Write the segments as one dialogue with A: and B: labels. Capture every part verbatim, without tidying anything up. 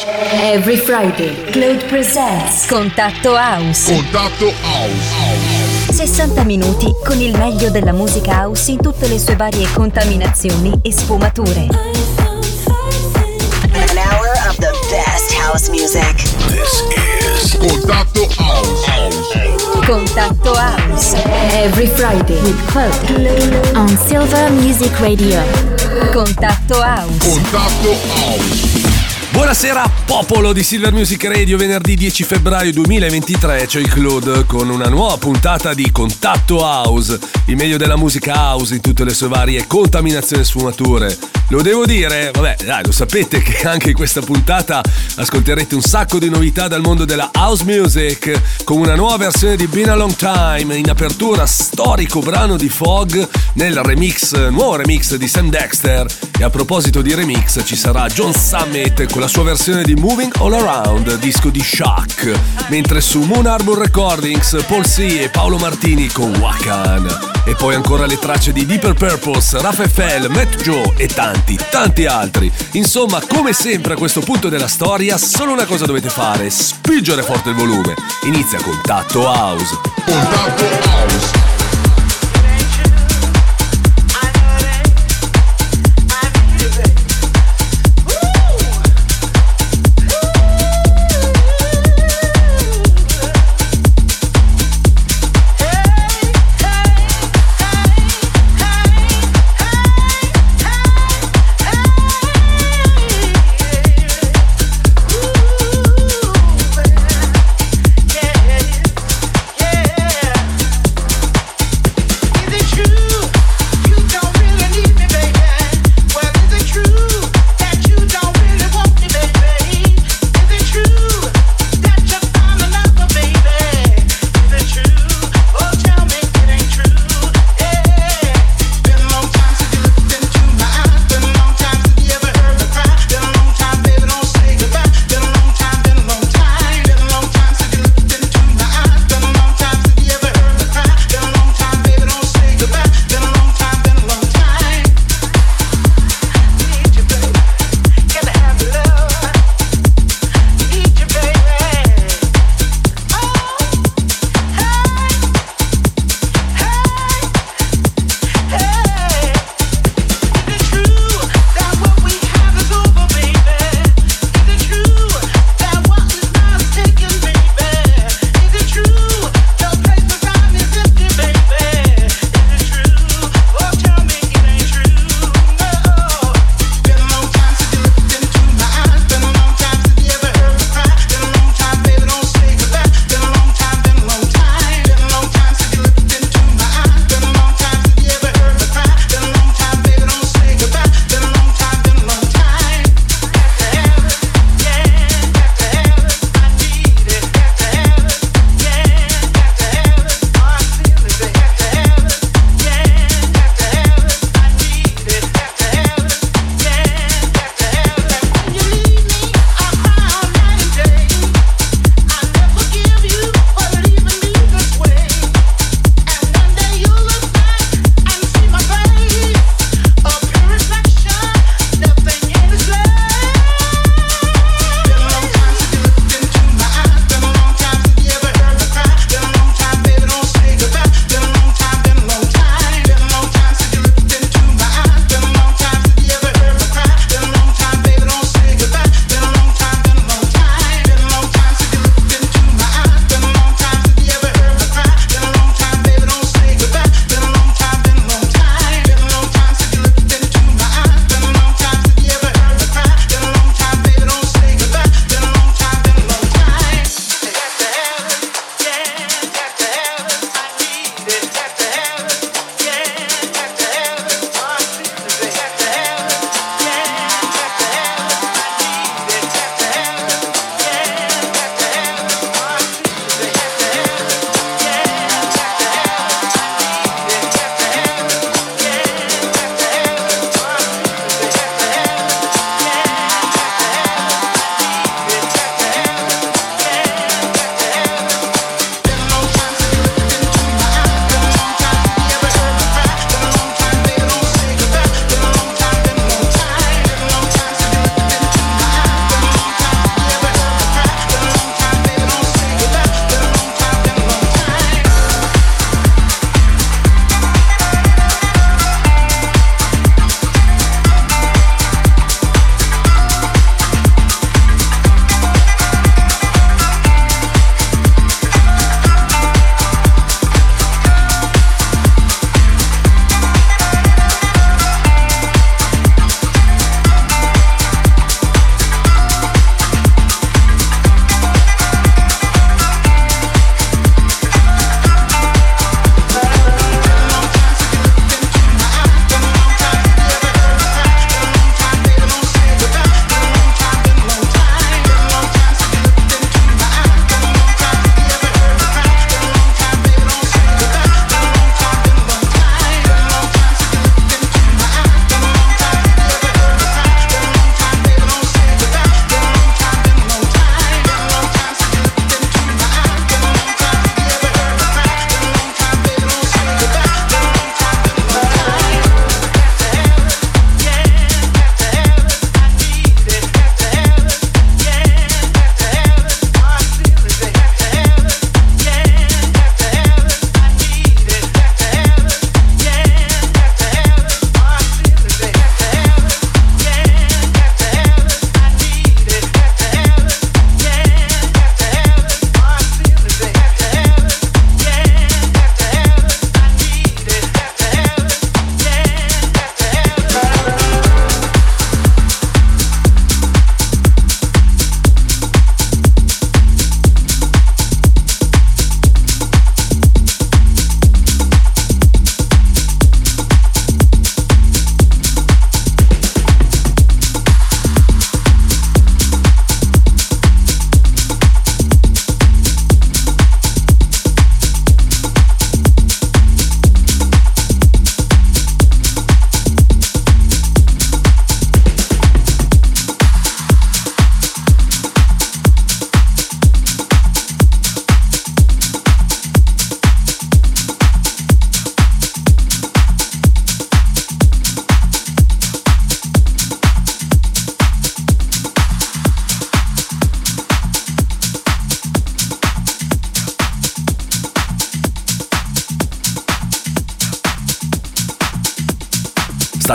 A: Every Friday, Claude presents Contatto House.
B: Contatto House.
A: sessanta minuti con il meglio della musica house in tutte le sue varie contaminazioni e sfumature.
C: An hour of the best house music.
B: This is Contatto House.
A: Contatto House. Every Friday with Claude on Silver Music Radio. Contatto House.
B: Contatto House.
D: Buonasera popolo di Silver Music Radio, venerdì dieci febbraio duemilaventitré c'è il Claude con una nuova puntata di Contatto House, il meglio della musica house in tutte le sue varie contaminazioni e sfumature. Lo devo dire, vabbè dai, lo sapete che anche in questa puntata ascolterete un sacco di novità dal mondo della house music, con una nuova versione di Been a Long Time, in apertura storico brano di Fog nel remix, nuovo remix di Sam Dexter. E a proposito di remix ci sarà John Summit con la sua versione di Moving All Around, disco di Shock, mentre su Moon Arbor Recordings Paul C e Paolo Martini con Wakan. E poi ancora le tracce di Deeper Purpose, Raffaele, Matt Joe e tanti, tanti altri. Insomma, come sempre a questo punto della storia, solo una cosa dovete fare: spingere forte il volume. Inizia Contatto House.
B: Contatto House.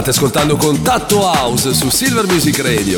D: State ascoltando Contatto House su Silver Music Radio.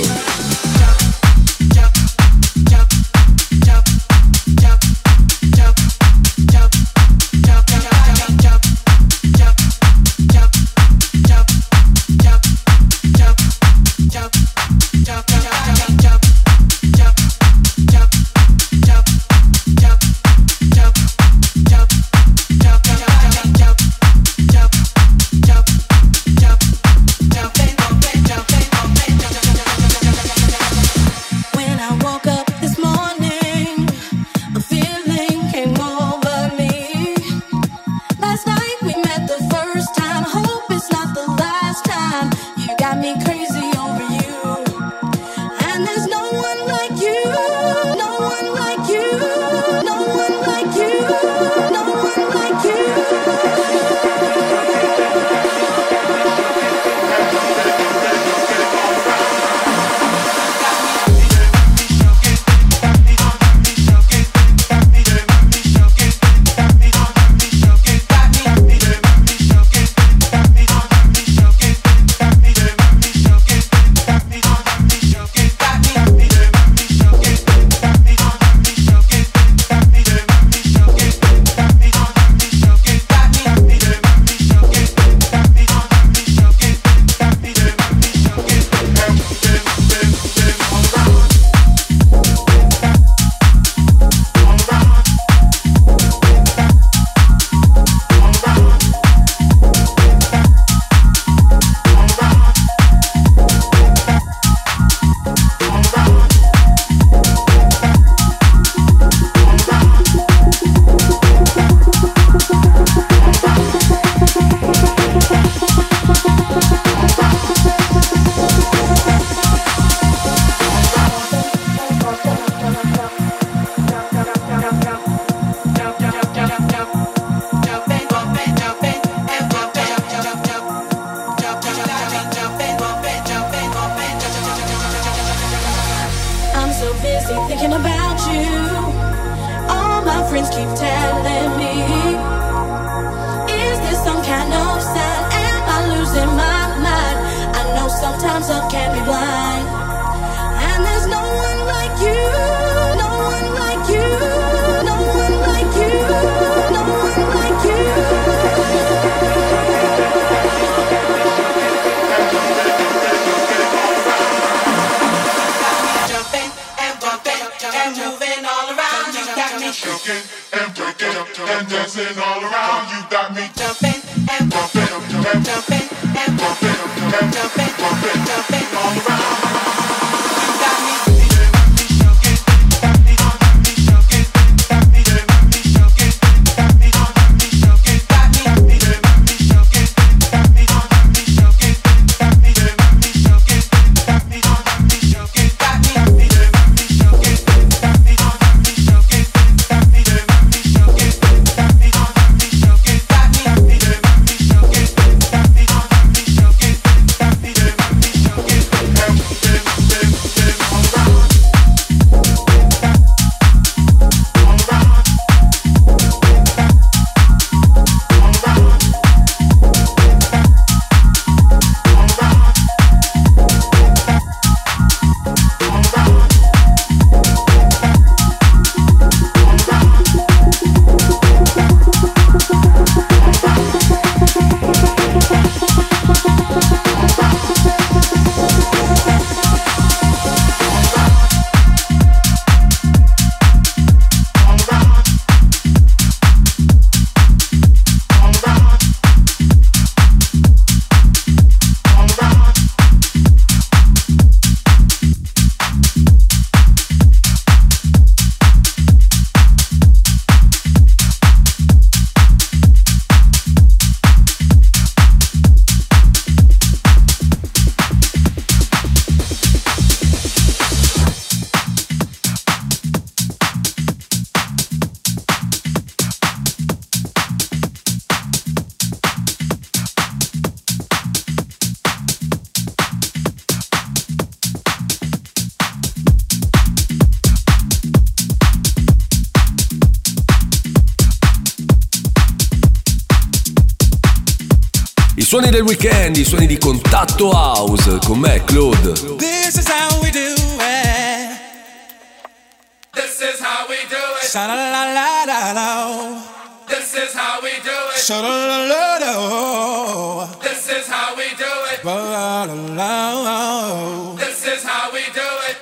D: Suoni del weekend, i suoni di Contatto House, con me Claude.
E: This is how we do it. This is how we do it. Sha la la la la la. This is how we do it. Sha la la la la. This is how we do it. La la la. This is how we do it.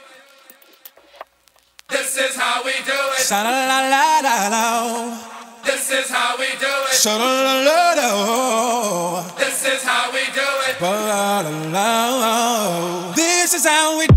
E: This is how we do it. Sha la la la la la. This is how we do it. Sha la la la la. This is how we do it. La la la. This is how we.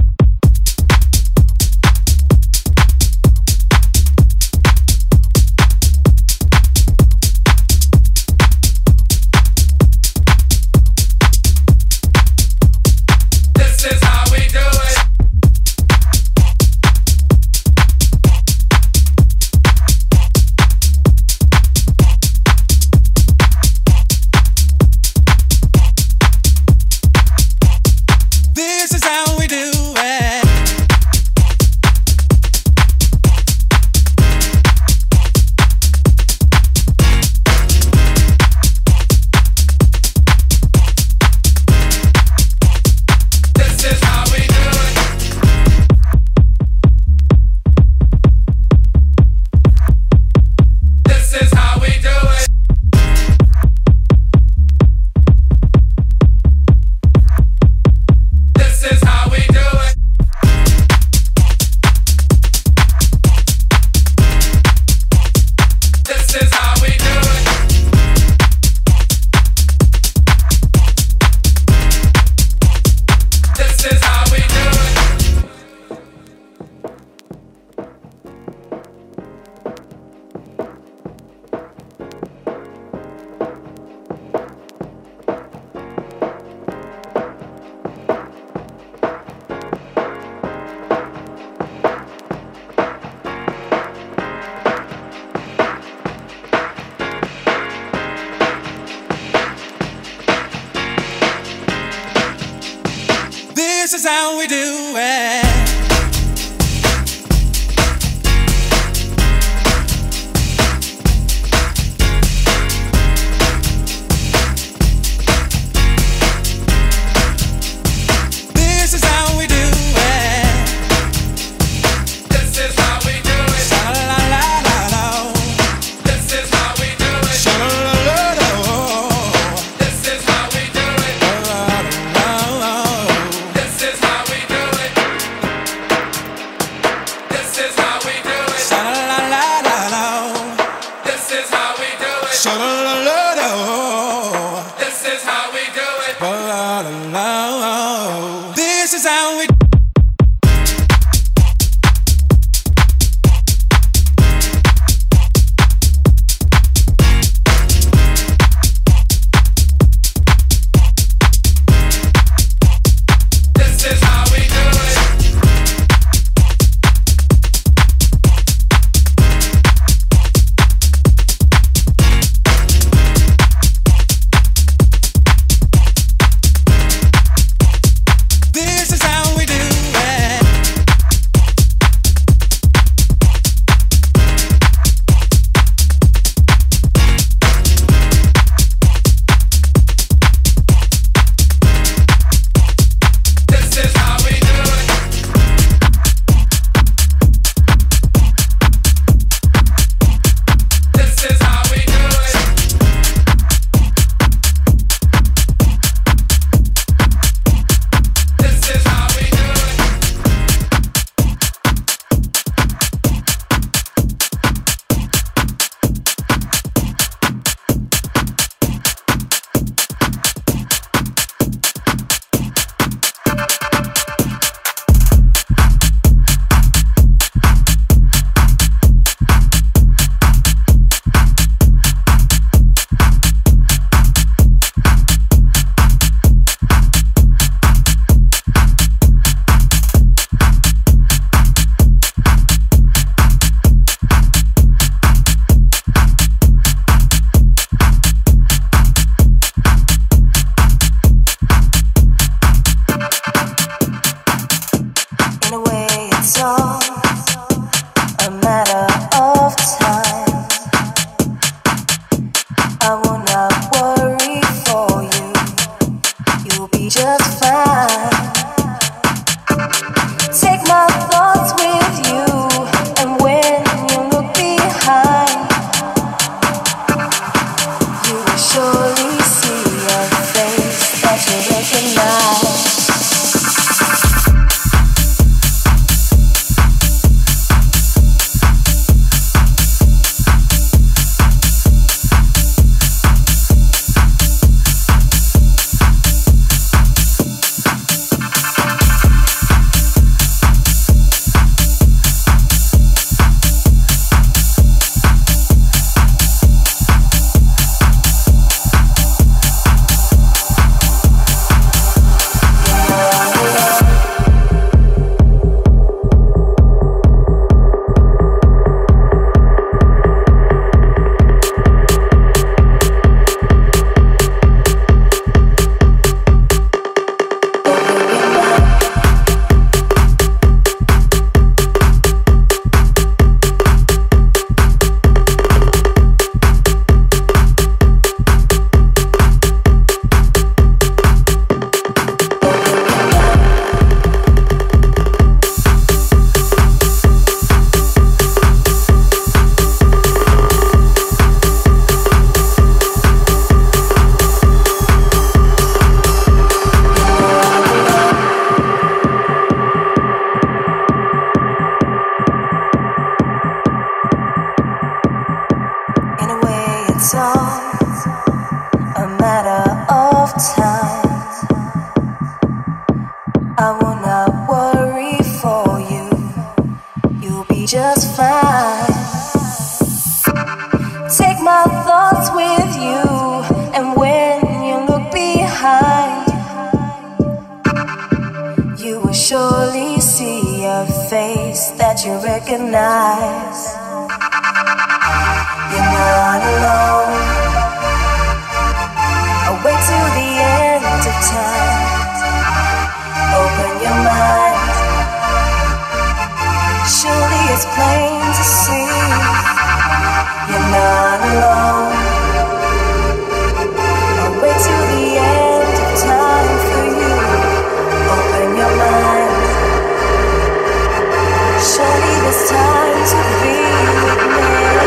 E: This is how we do it. This is how we do it. This is how we do it. Sha la la la la la. This is how we do it. Sha la la la la. This is how we do it. La la la la. This is how we do it. This is how we do it. Sha la la la la la. This is how we do it. Sha la la la la. This is how we do it. La la la. This is how we. This is how we do it. This is how we do
F: will not worry for you. You'll be just fine. Take my thoughts with you, and when you look behind, you will surely see a face that you recognize. You're not alone. Awake till the end of time. Open your mind. Surely it's plain to see. You're not alone. Awake till the end of time for you. Open your mind. Surely there's time to be with me.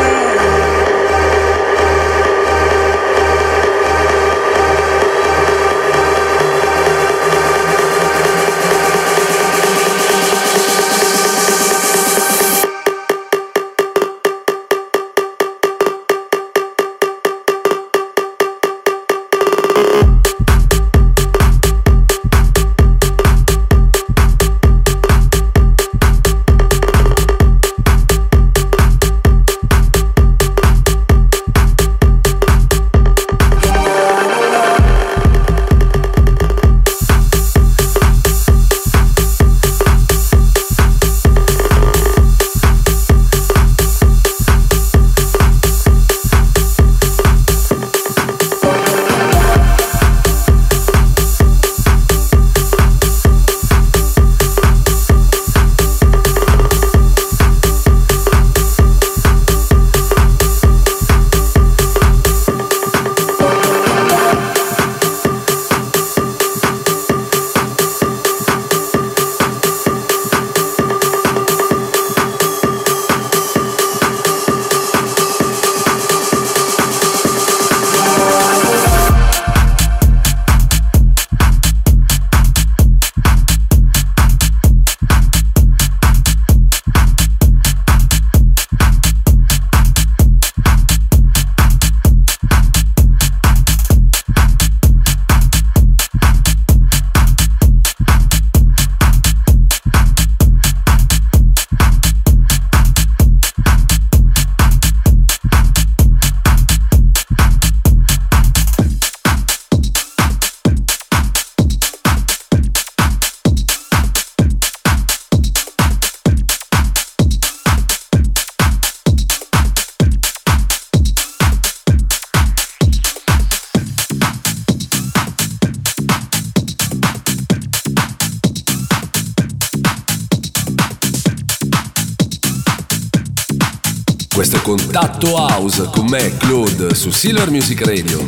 D: Questo è Contatto House con me, Claude, su Silver Music Radio.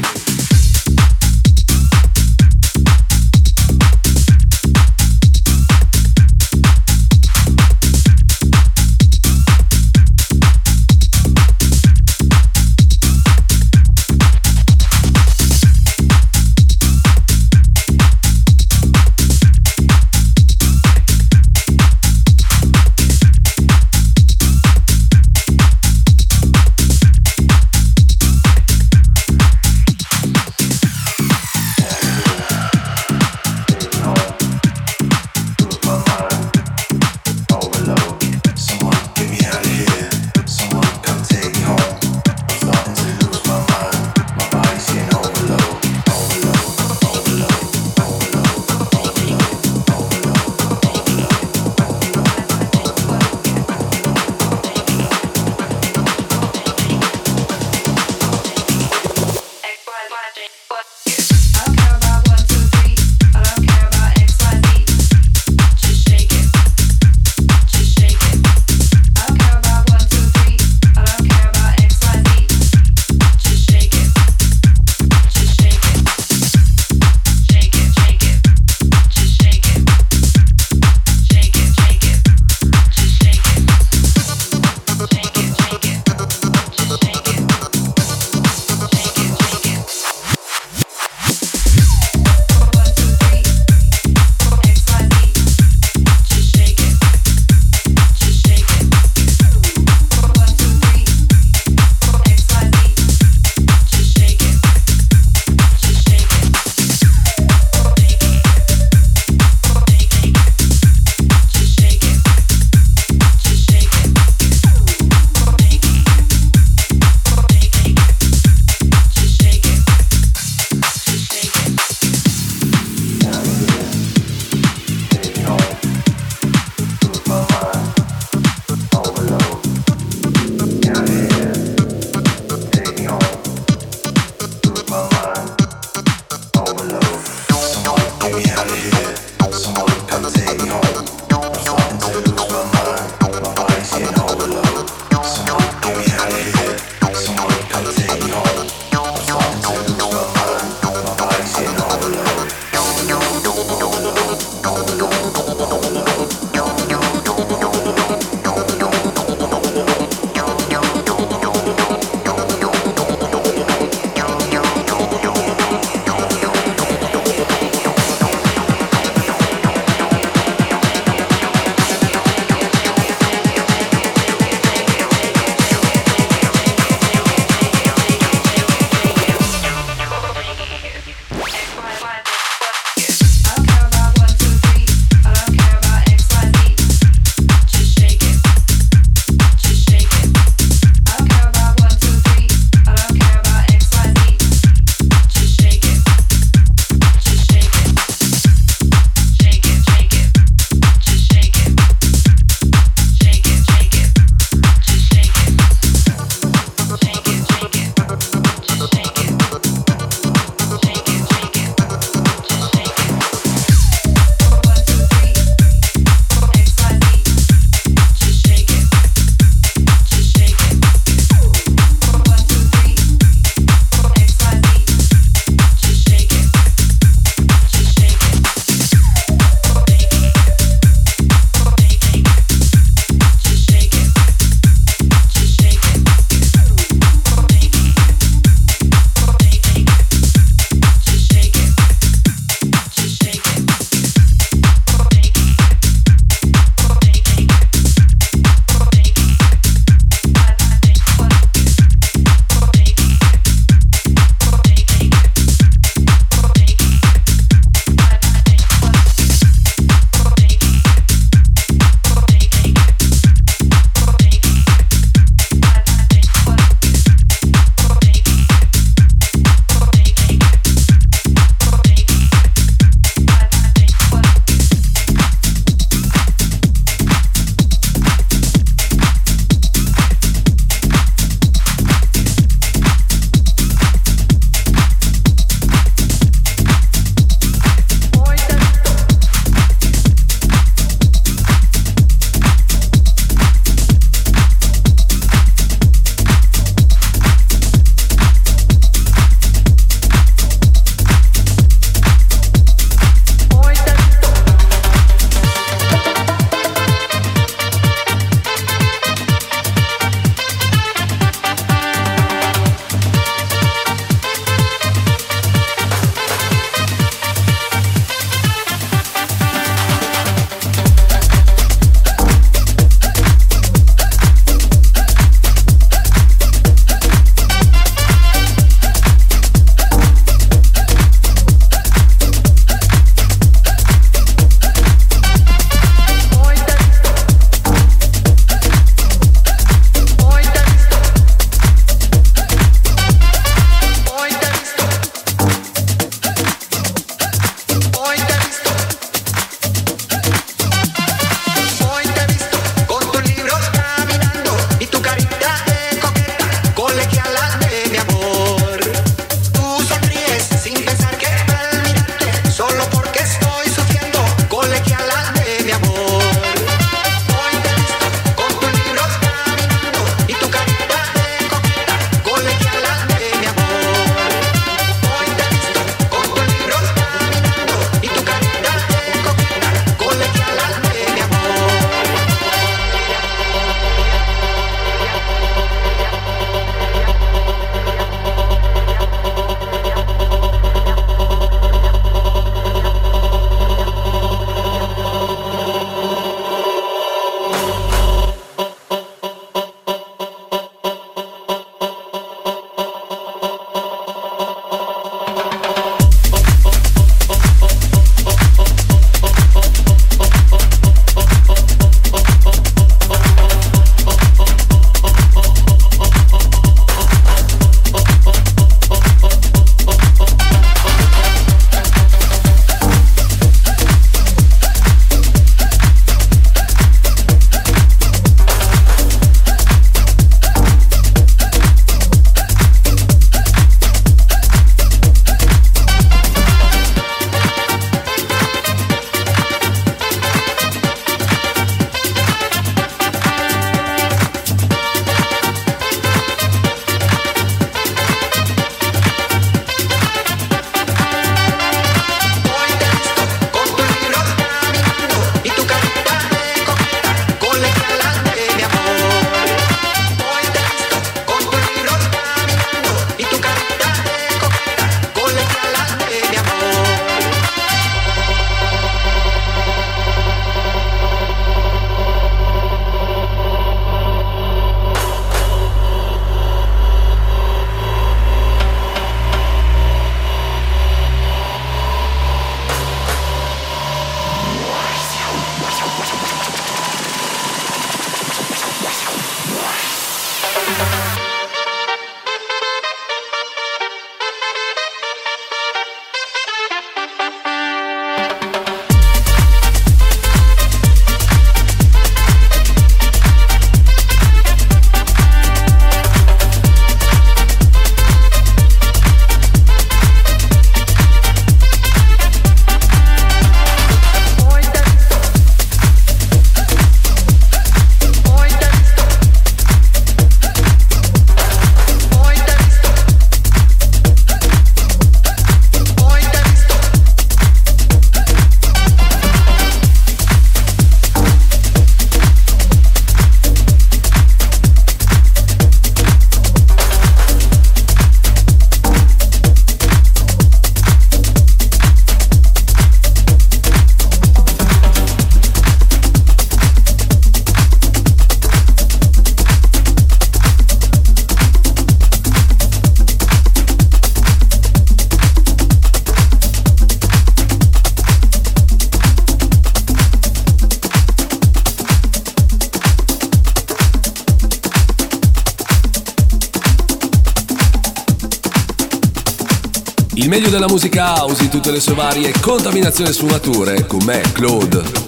D: Il meglio della musica house in tutte le sue varie contaminazioni e sfumature, con me, Claude.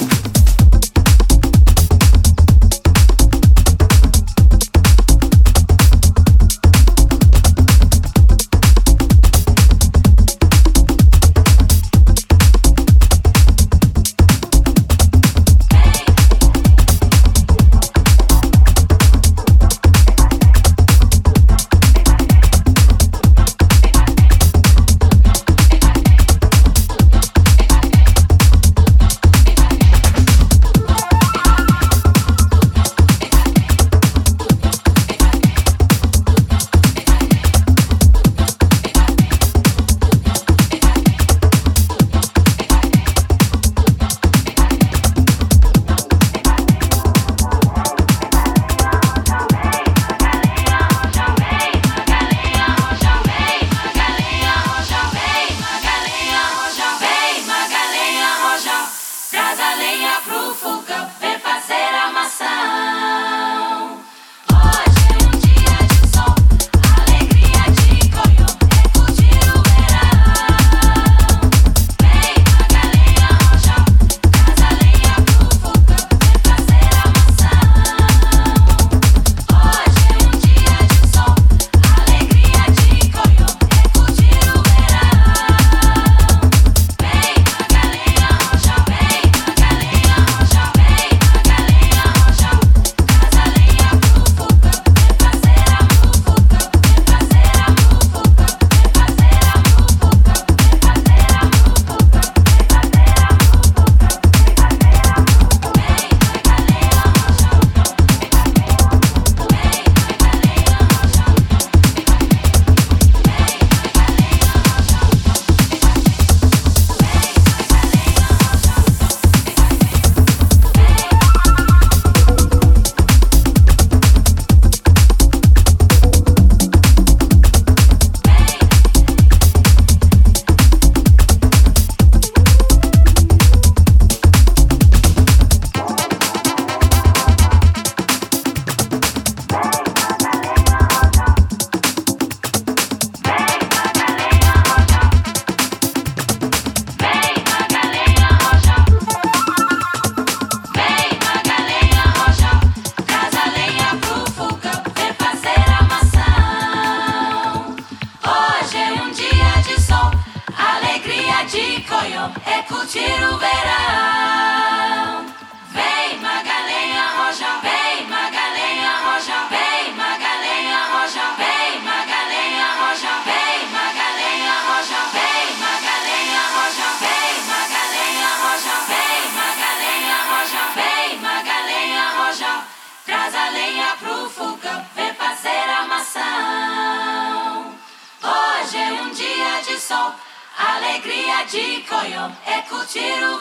G: Alegria de Coió é curtir o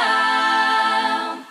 G: verão.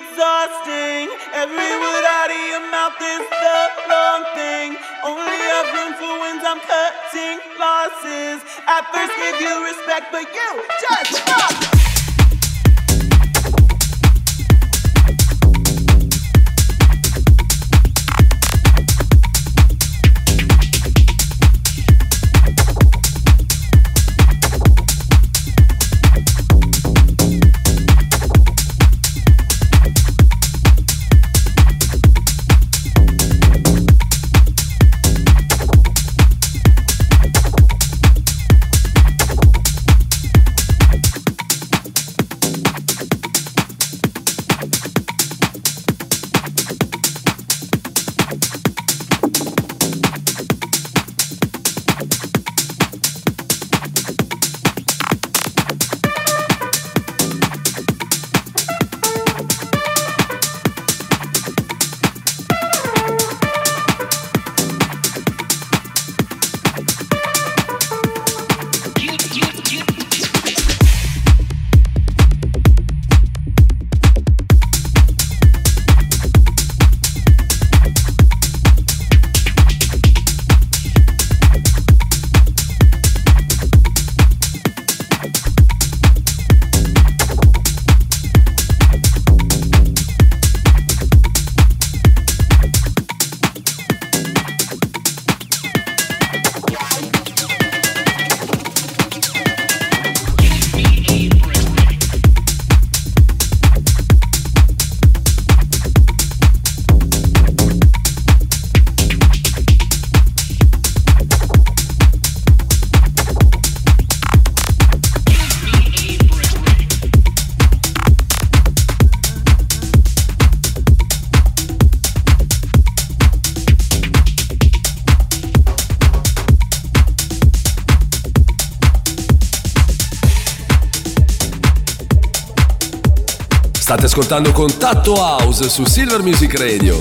E: exhausting. Every word out of your mouth is the wrong thing. Only have room for wins, I'm cutting losses. At first give you respect, but you just fuck.
D: State ascoltando Contatto House su Silver Music Radio.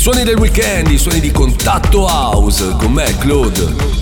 D: suoni del weekend, i suoni di Contatto House, con me Claude.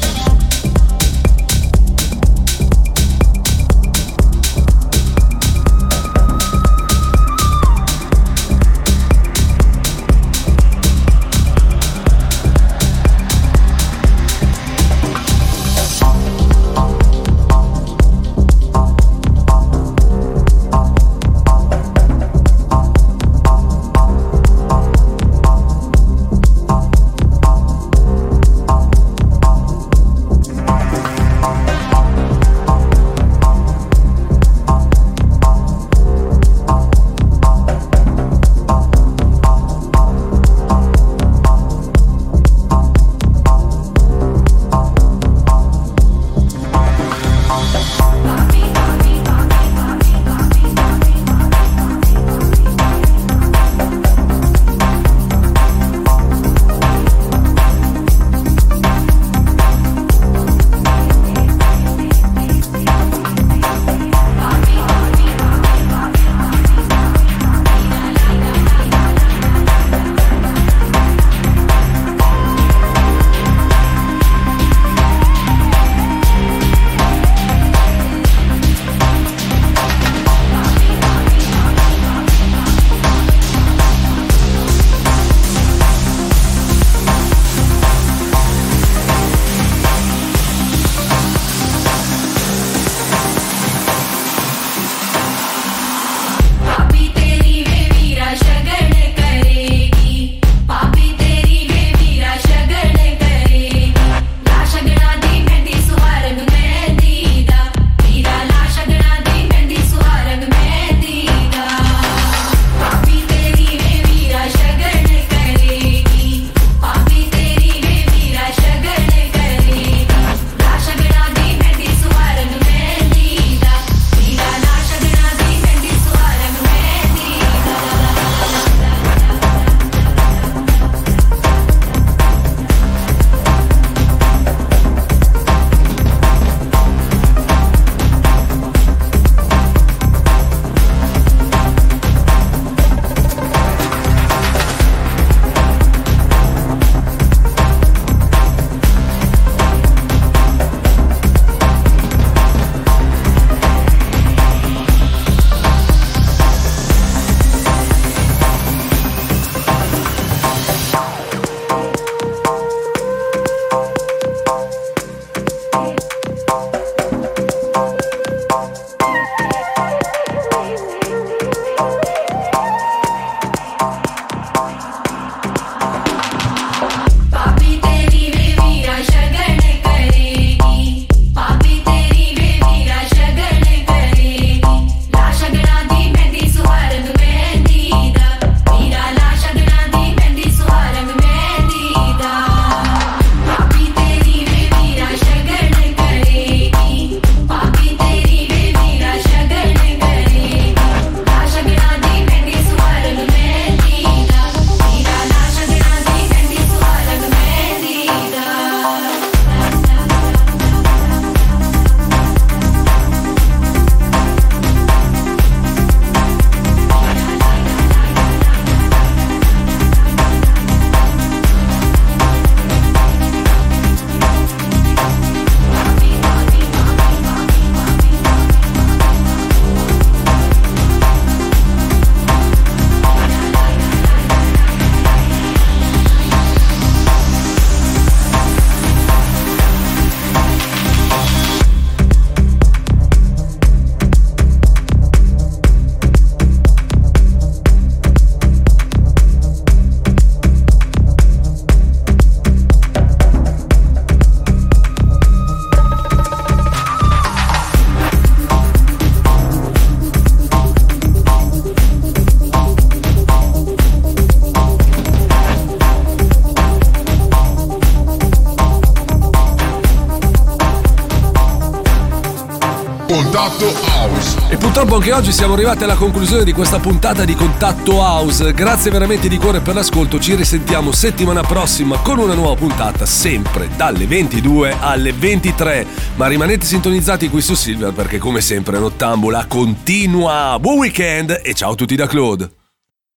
B: Contatto House.
D: E purtroppo anche oggi siamo arrivati alla conclusione di questa puntata di Contatto House. Grazie veramente di cuore per l'ascolto. Ci risentiamo settimana prossima con una nuova puntata, sempre dalle ventidue alle ventitré. Ma rimanete sintonizzati qui su Silver perché come sempre Nottambula continua. Buon weekend e ciao a tutti da Claude.